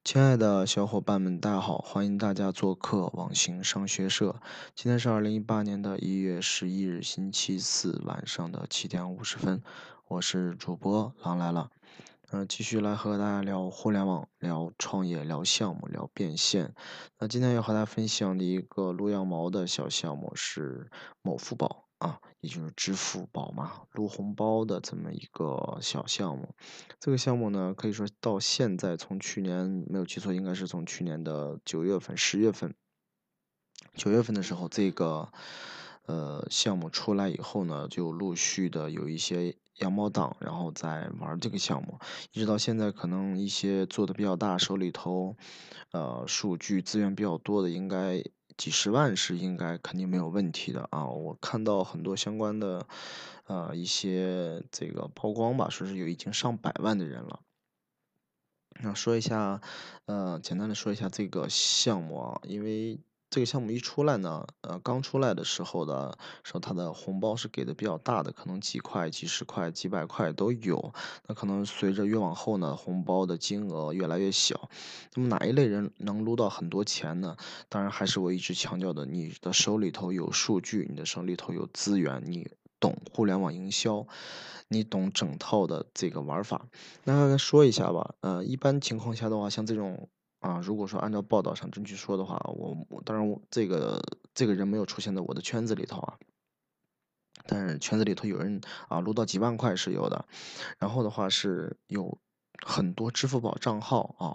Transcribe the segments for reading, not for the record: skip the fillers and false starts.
亲爱的小伙伴们，大家好！欢迎大家做客网行商学社。今天是2018年1月11日，星期四晚上的7点50分，我是主播狼来了。继续来和大家聊互联网、聊创业、聊项目、聊变现。那今天要和大家分享的一个撸羊毛的小项目是某付宝啊，也就是支付宝嘛，撸红包的这么一个小项目。这个项目呢，可以说到现在，从去年没有记错，应该是从去年的9月份、10月份、9月份的时候，这个项目出来以后呢，就陆续的有一些羊毛党，然后在玩这个项目，一直到现在，可能一些做的比较大，手里头数据资源比较多的，应该几十万是应该肯定没有问题的啊。我看到很多相关的一些这个曝光吧，说是有已经上百万的人了。那说一下，简单的说一下这个项目啊，因为这个项目一出来呢，刚出来的时候它的红包是给的比较大的，可能几块、几十块、几百块都有。那可能随着越往后呢，红包的金额越来越小。那么哪一类人能撸到很多钱呢？当然还是我一直强调的，你的手里头有数据，你的手里头有资源，你懂互联网营销，你懂整套的这个玩法。那说一下吧，一般情况下的话，像这种啊，如果说按照报道上证据说的话，我当然这个人没有出现在我的圈子里头啊，但是圈子里头有人啊撸到几万块是有的，然后的话是有很多支付宝账号啊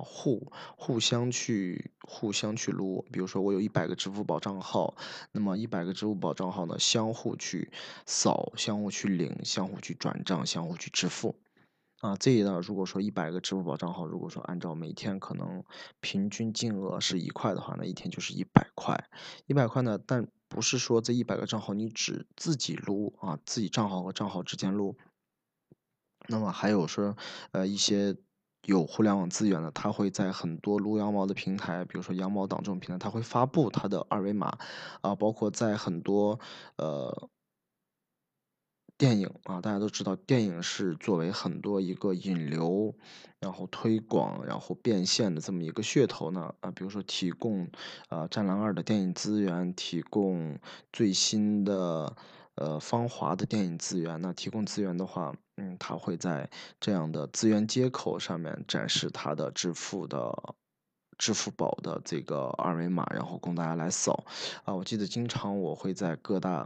互相去撸，比如说我有100个支付宝账号，那么100个支付宝账号呢相互去扫、相互去领、相互去转账、相互去支付。啊，这一呢，如果说100个支付宝账号，如果说按照每天可能平均金额是1块的话，那一天就是100块。100块呢，但不是说这100个账号你只自己撸啊，自己账号和账号之间撸。那么还有说，一些有互联网资源的，他会在很多撸羊毛的平台，比如说羊毛党这种平台，他会发布他的二维码，啊，包括在很多呃电影啊，大家都知道，电影是作为很多一个引流，然后推广，然后变现的这么一个噱头呢，啊，比如说提供《战狼二》的电影资源，提供最新的《芳华》的电影资源。那提供资源的话，它会在这样的资源接口上面展示它的支付宝的这个二维码，然后供大家来扫。啊，我记得经常我会在各大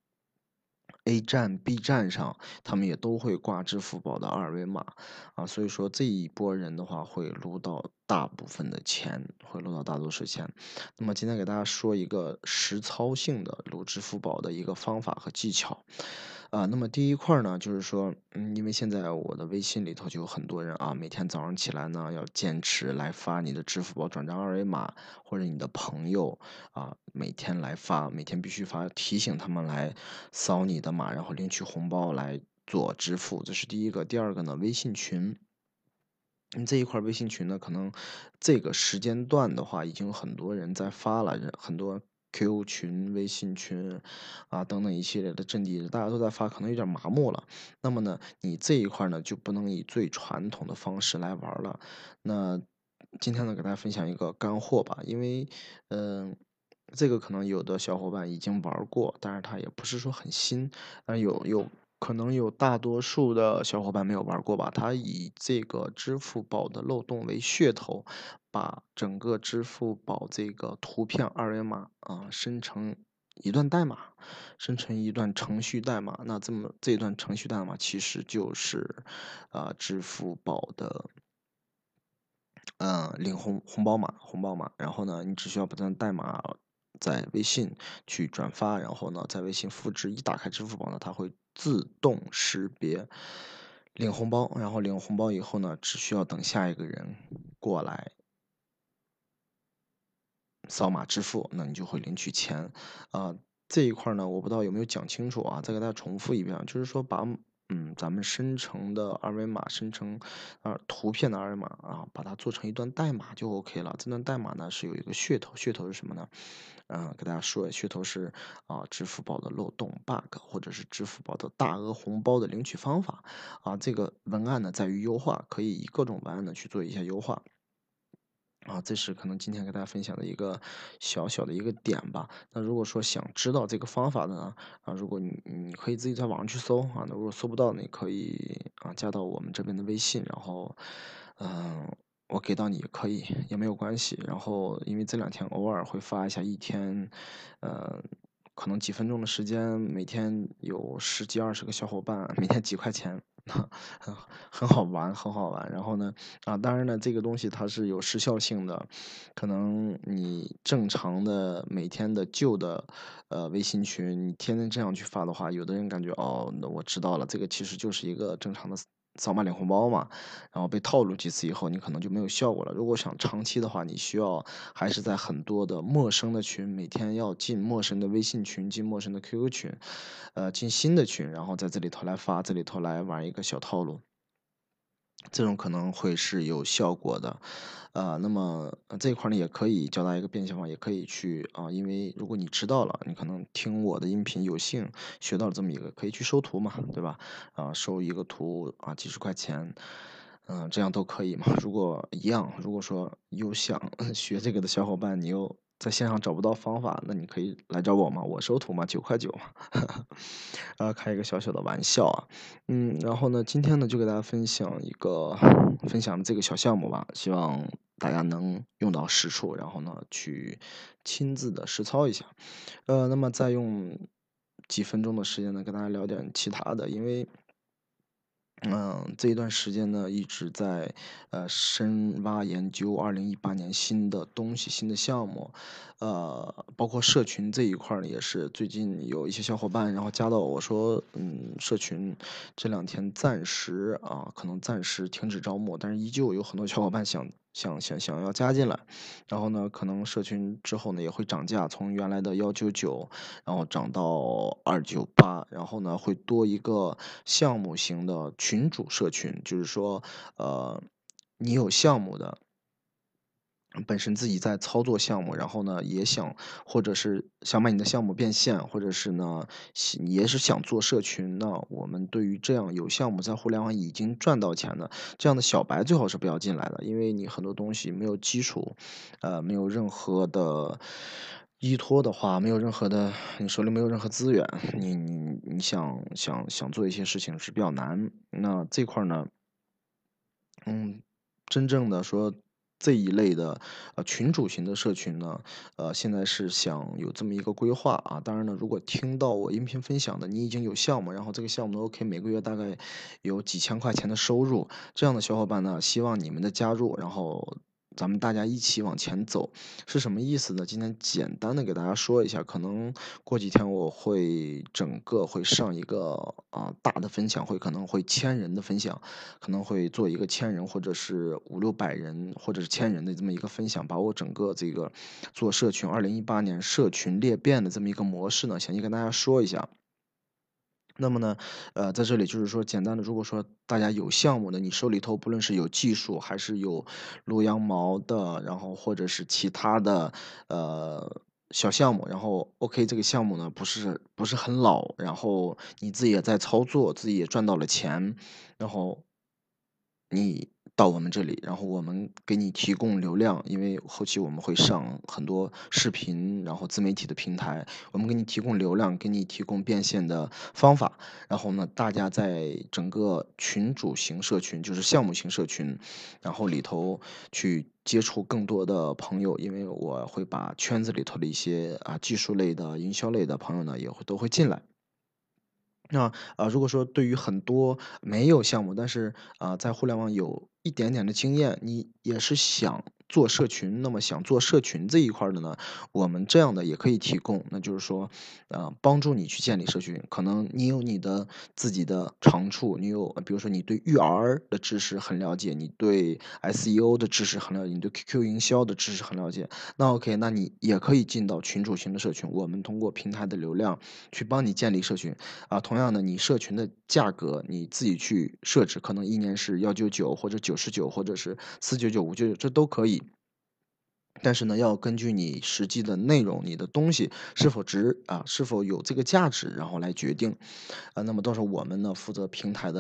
A 站、B 站上，他们也都会挂支付宝的二维码，啊，所以说这一波人的话会撸到大部分的钱，会撸到大多数钱。那么今天给大家说一个实操性的撸支付宝的一个方法和技巧。那么第一块儿呢，就是说，因为现在我的微信里头就有很多人啊，每天早上起来呢，要坚持来发你的支付宝转账二维码，或者你的朋友啊，每天来发，每天必须发，提醒他们来扫你的码，然后领取红包来做支付，这是第一个。第二个呢，微信群。这一块儿微信群呢，可能这个时间段的话，已经有很多人在发了，很多 QQ 群、微信群啊等等一系列的阵地，大家都在发，可能有点麻木了。那么呢，你这一块儿呢，就不能以最传统的方式来玩儿了。那今天呢，给大家分享一个干货吧，因为嗯、这个可能有的小伙伴已经玩儿过，但是他也不是说很新，可能有大多数的小伙伴没有玩儿过吧。他以这个支付宝的漏洞为噱头，把整个支付宝这个图片二维码啊生成一段代码，生成一段程序代码。那这段程序代码其实就是支付宝的领红包码，然后呢，你只需要把这段代码在微信去转发，然后呢，在微信复制，一打开支付宝呢，它会自动识别领红包，然后领红包以后呢，只需要等下一个人过来扫码支付，那你就会领取钱。啊，这一块儿呢，我不知道有没有讲清楚啊，再给大家重复一遍啊，就是说把咱们生成的二维码生成图片的二维码啊，把它做成一段代码就 OK 了。这段代码呢是有一个噱头，噱头是什么呢？给大家说，噱头是支付宝的漏洞 bug，或者是支付宝的大额红包的领取方法啊。这个文案呢在于优化，可以以各种文案呢去做一下优化。 这是可能今天给大家分享的一个小小的一个点吧。那如果说想知道这个方法的呢，如果你可以自己在网上去搜那如果搜不到呢，你可以加到我们这边的微信，然后，我给到你也可以，也没有关系。然后因为这2天偶尔会发一下一天，呃，可能几分钟的时间，每天有十几20个小伙伴，每天几块钱，很很好玩，很好玩。然后呢，当然呢，这个东西它是有时效性的，可能你正常的每天的旧的微信群，你天天这样去发的话，有的人感觉哦，那我知道了，这个其实就是一个正常的扫码领红包嘛，然后被套路几次以后，你可能就没有效果了。如果想长期的话，你需要还是在很多的陌生的群，每天要进陌生的微信群，进陌生的 QQ 群，进新的群，然后在这里头来发，这里头来玩一个小套路。这种可能会是有效果的。那么这一块儿呢，也可以教大家一个变现法，也可以去因为如果你知道了，你可能听我的音频有幸学到了这么一个，可以去收图嘛，对吧？收一个图几十块钱，这样都可以嘛。如果一样，如果说有想学这个的小伙伴，你又在线上找不到方法，那你可以来找我嘛，我收图嘛，9块9嘛。开一个小小的玩笑啊。然后呢，今天呢就给大家分享这个小项目吧，希望大家能用到实处，然后呢去亲自的实操一下。那么再用几分钟的时间呢，跟大家聊点其他的，因为这一段时间呢，一直在深挖研究2018年新的东西、新的项目，包括社群这一块儿呢，也是最近有一些小伙伴，然后加到我说，社群这2天可能暂时停止招募，但是依旧有很多小伙伴想要加进来，然后呢，可能社群之后呢也会涨价，从原来的199，然后涨到298，然后呢会多一个项目型的群主社群，就是说，你有项目的，本身自己在操作项目，然后呢也想或者是想把你的项目变现，或者是呢也是想做社群，那我们对于这样有项目在互联网已经赚到钱的这样的小白最好是不要进来的，因为你很多东西没有基础，没有任何的依托的话，没有任何的，你手里没有任何资源，你想做一些事情是比较难。那这块儿呢，嗯，真正的说这一类的群主型的社群呢，现在是想有这么一个规划当然呢，如果听到我音频分享的，你已经有项目，然后这个项目呢 OK，每个月大概有几千块钱的收入，这样的小伙伴呢，希望你们的加入，然后咱们大家一起往前走，是什么意思呢？今天简单的给大家说一下，可能过几天我会整个会上一个大的分享会，可能会1000人的分享。可能会做一个1000人或者是500-600人，或者是1000人的这么一个分享，把我整个这个做社群2018年社群裂变的这么一个模式呢，详细跟大家说一下。那么呢，在这里就是说简单的，如果说大家有项目的，你手里头不论是有技术还是有撸羊毛的，然后或者是其他的小项目，然后 OK 这个项目呢不是很老，然后你自己也在操作，自己也赚到了钱，然后你到我们这里，然后我们给你提供流量，因为后期我们会上很多视频，然后自媒体的平台，我们给你提供流量，给你提供变现的方法。然后呢，大家在整个群主型社群，就是项目型社群，然后里头去接触更多的朋友，因为我会把圈子里头的一些技术类的、营销类的朋友呢，都会进来。那如果说对于很多没有项目，但是在互联网有一点点的经验，你也是想做社群，那么想做社群这一块儿的呢，我们这样的也可以提供。那就是说，帮助你去建立社群。可能你有你的自己的长处，你有比如说你对育儿的知识很了解，你对 SEO 的知识很了解，你对 QQ 营销的知识很了解，那 OK，那你也可以进到群主型的社群，我们通过平台的流量去帮你建立社群。同样的，你社群的价格你自己去设置，可能一年是199或者99或者是499、599，这都可以。但是呢，要根据你实际的内容，你的东西是否有这个价值，然后来决定。那么到时候我们呢，负责平台的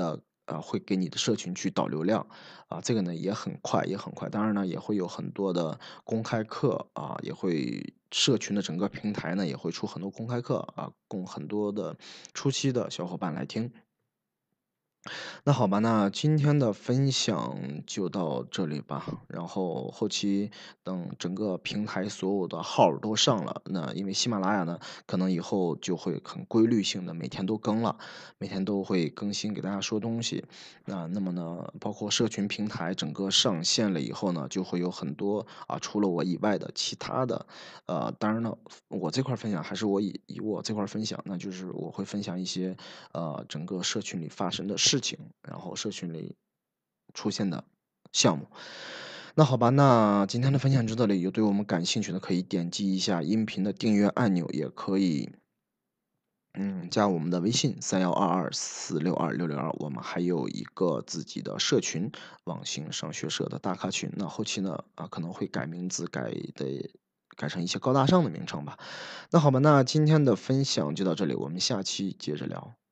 会给你的社群去导流量，这个呢也很快也很快。当然呢，也会有很多的公开课，也会社群的整个平台呢也会出很多公开课，供很多的初期的小伙伴来听。那好吧，那今天的分享就到这里吧。然后后期等整个平台所有的号儿都上了，那因为喜马拉雅呢，可能以后就会很规律性的每天都更了，每天都会更新给大家说东西。那么呢，包括社群平台整个上线了以后呢，就会有很多除了我以外的其他的当然呢，我这块儿分享还是以我这块儿分享，那就是我会分享一些整个社群里发生的事情，然后社群里出现的项目。那好吧，那今天的分享就到这里，有对我们感兴趣的可以点击一下音频的订阅按钮，也可以加我们的微信3122462662，我们还有一个自己的社群，网行商学社的大咖群。那后期呢，可能会改名字，改成一些高大上的名称吧。那好吧，那今天的分享就到这里，我们下期接着聊。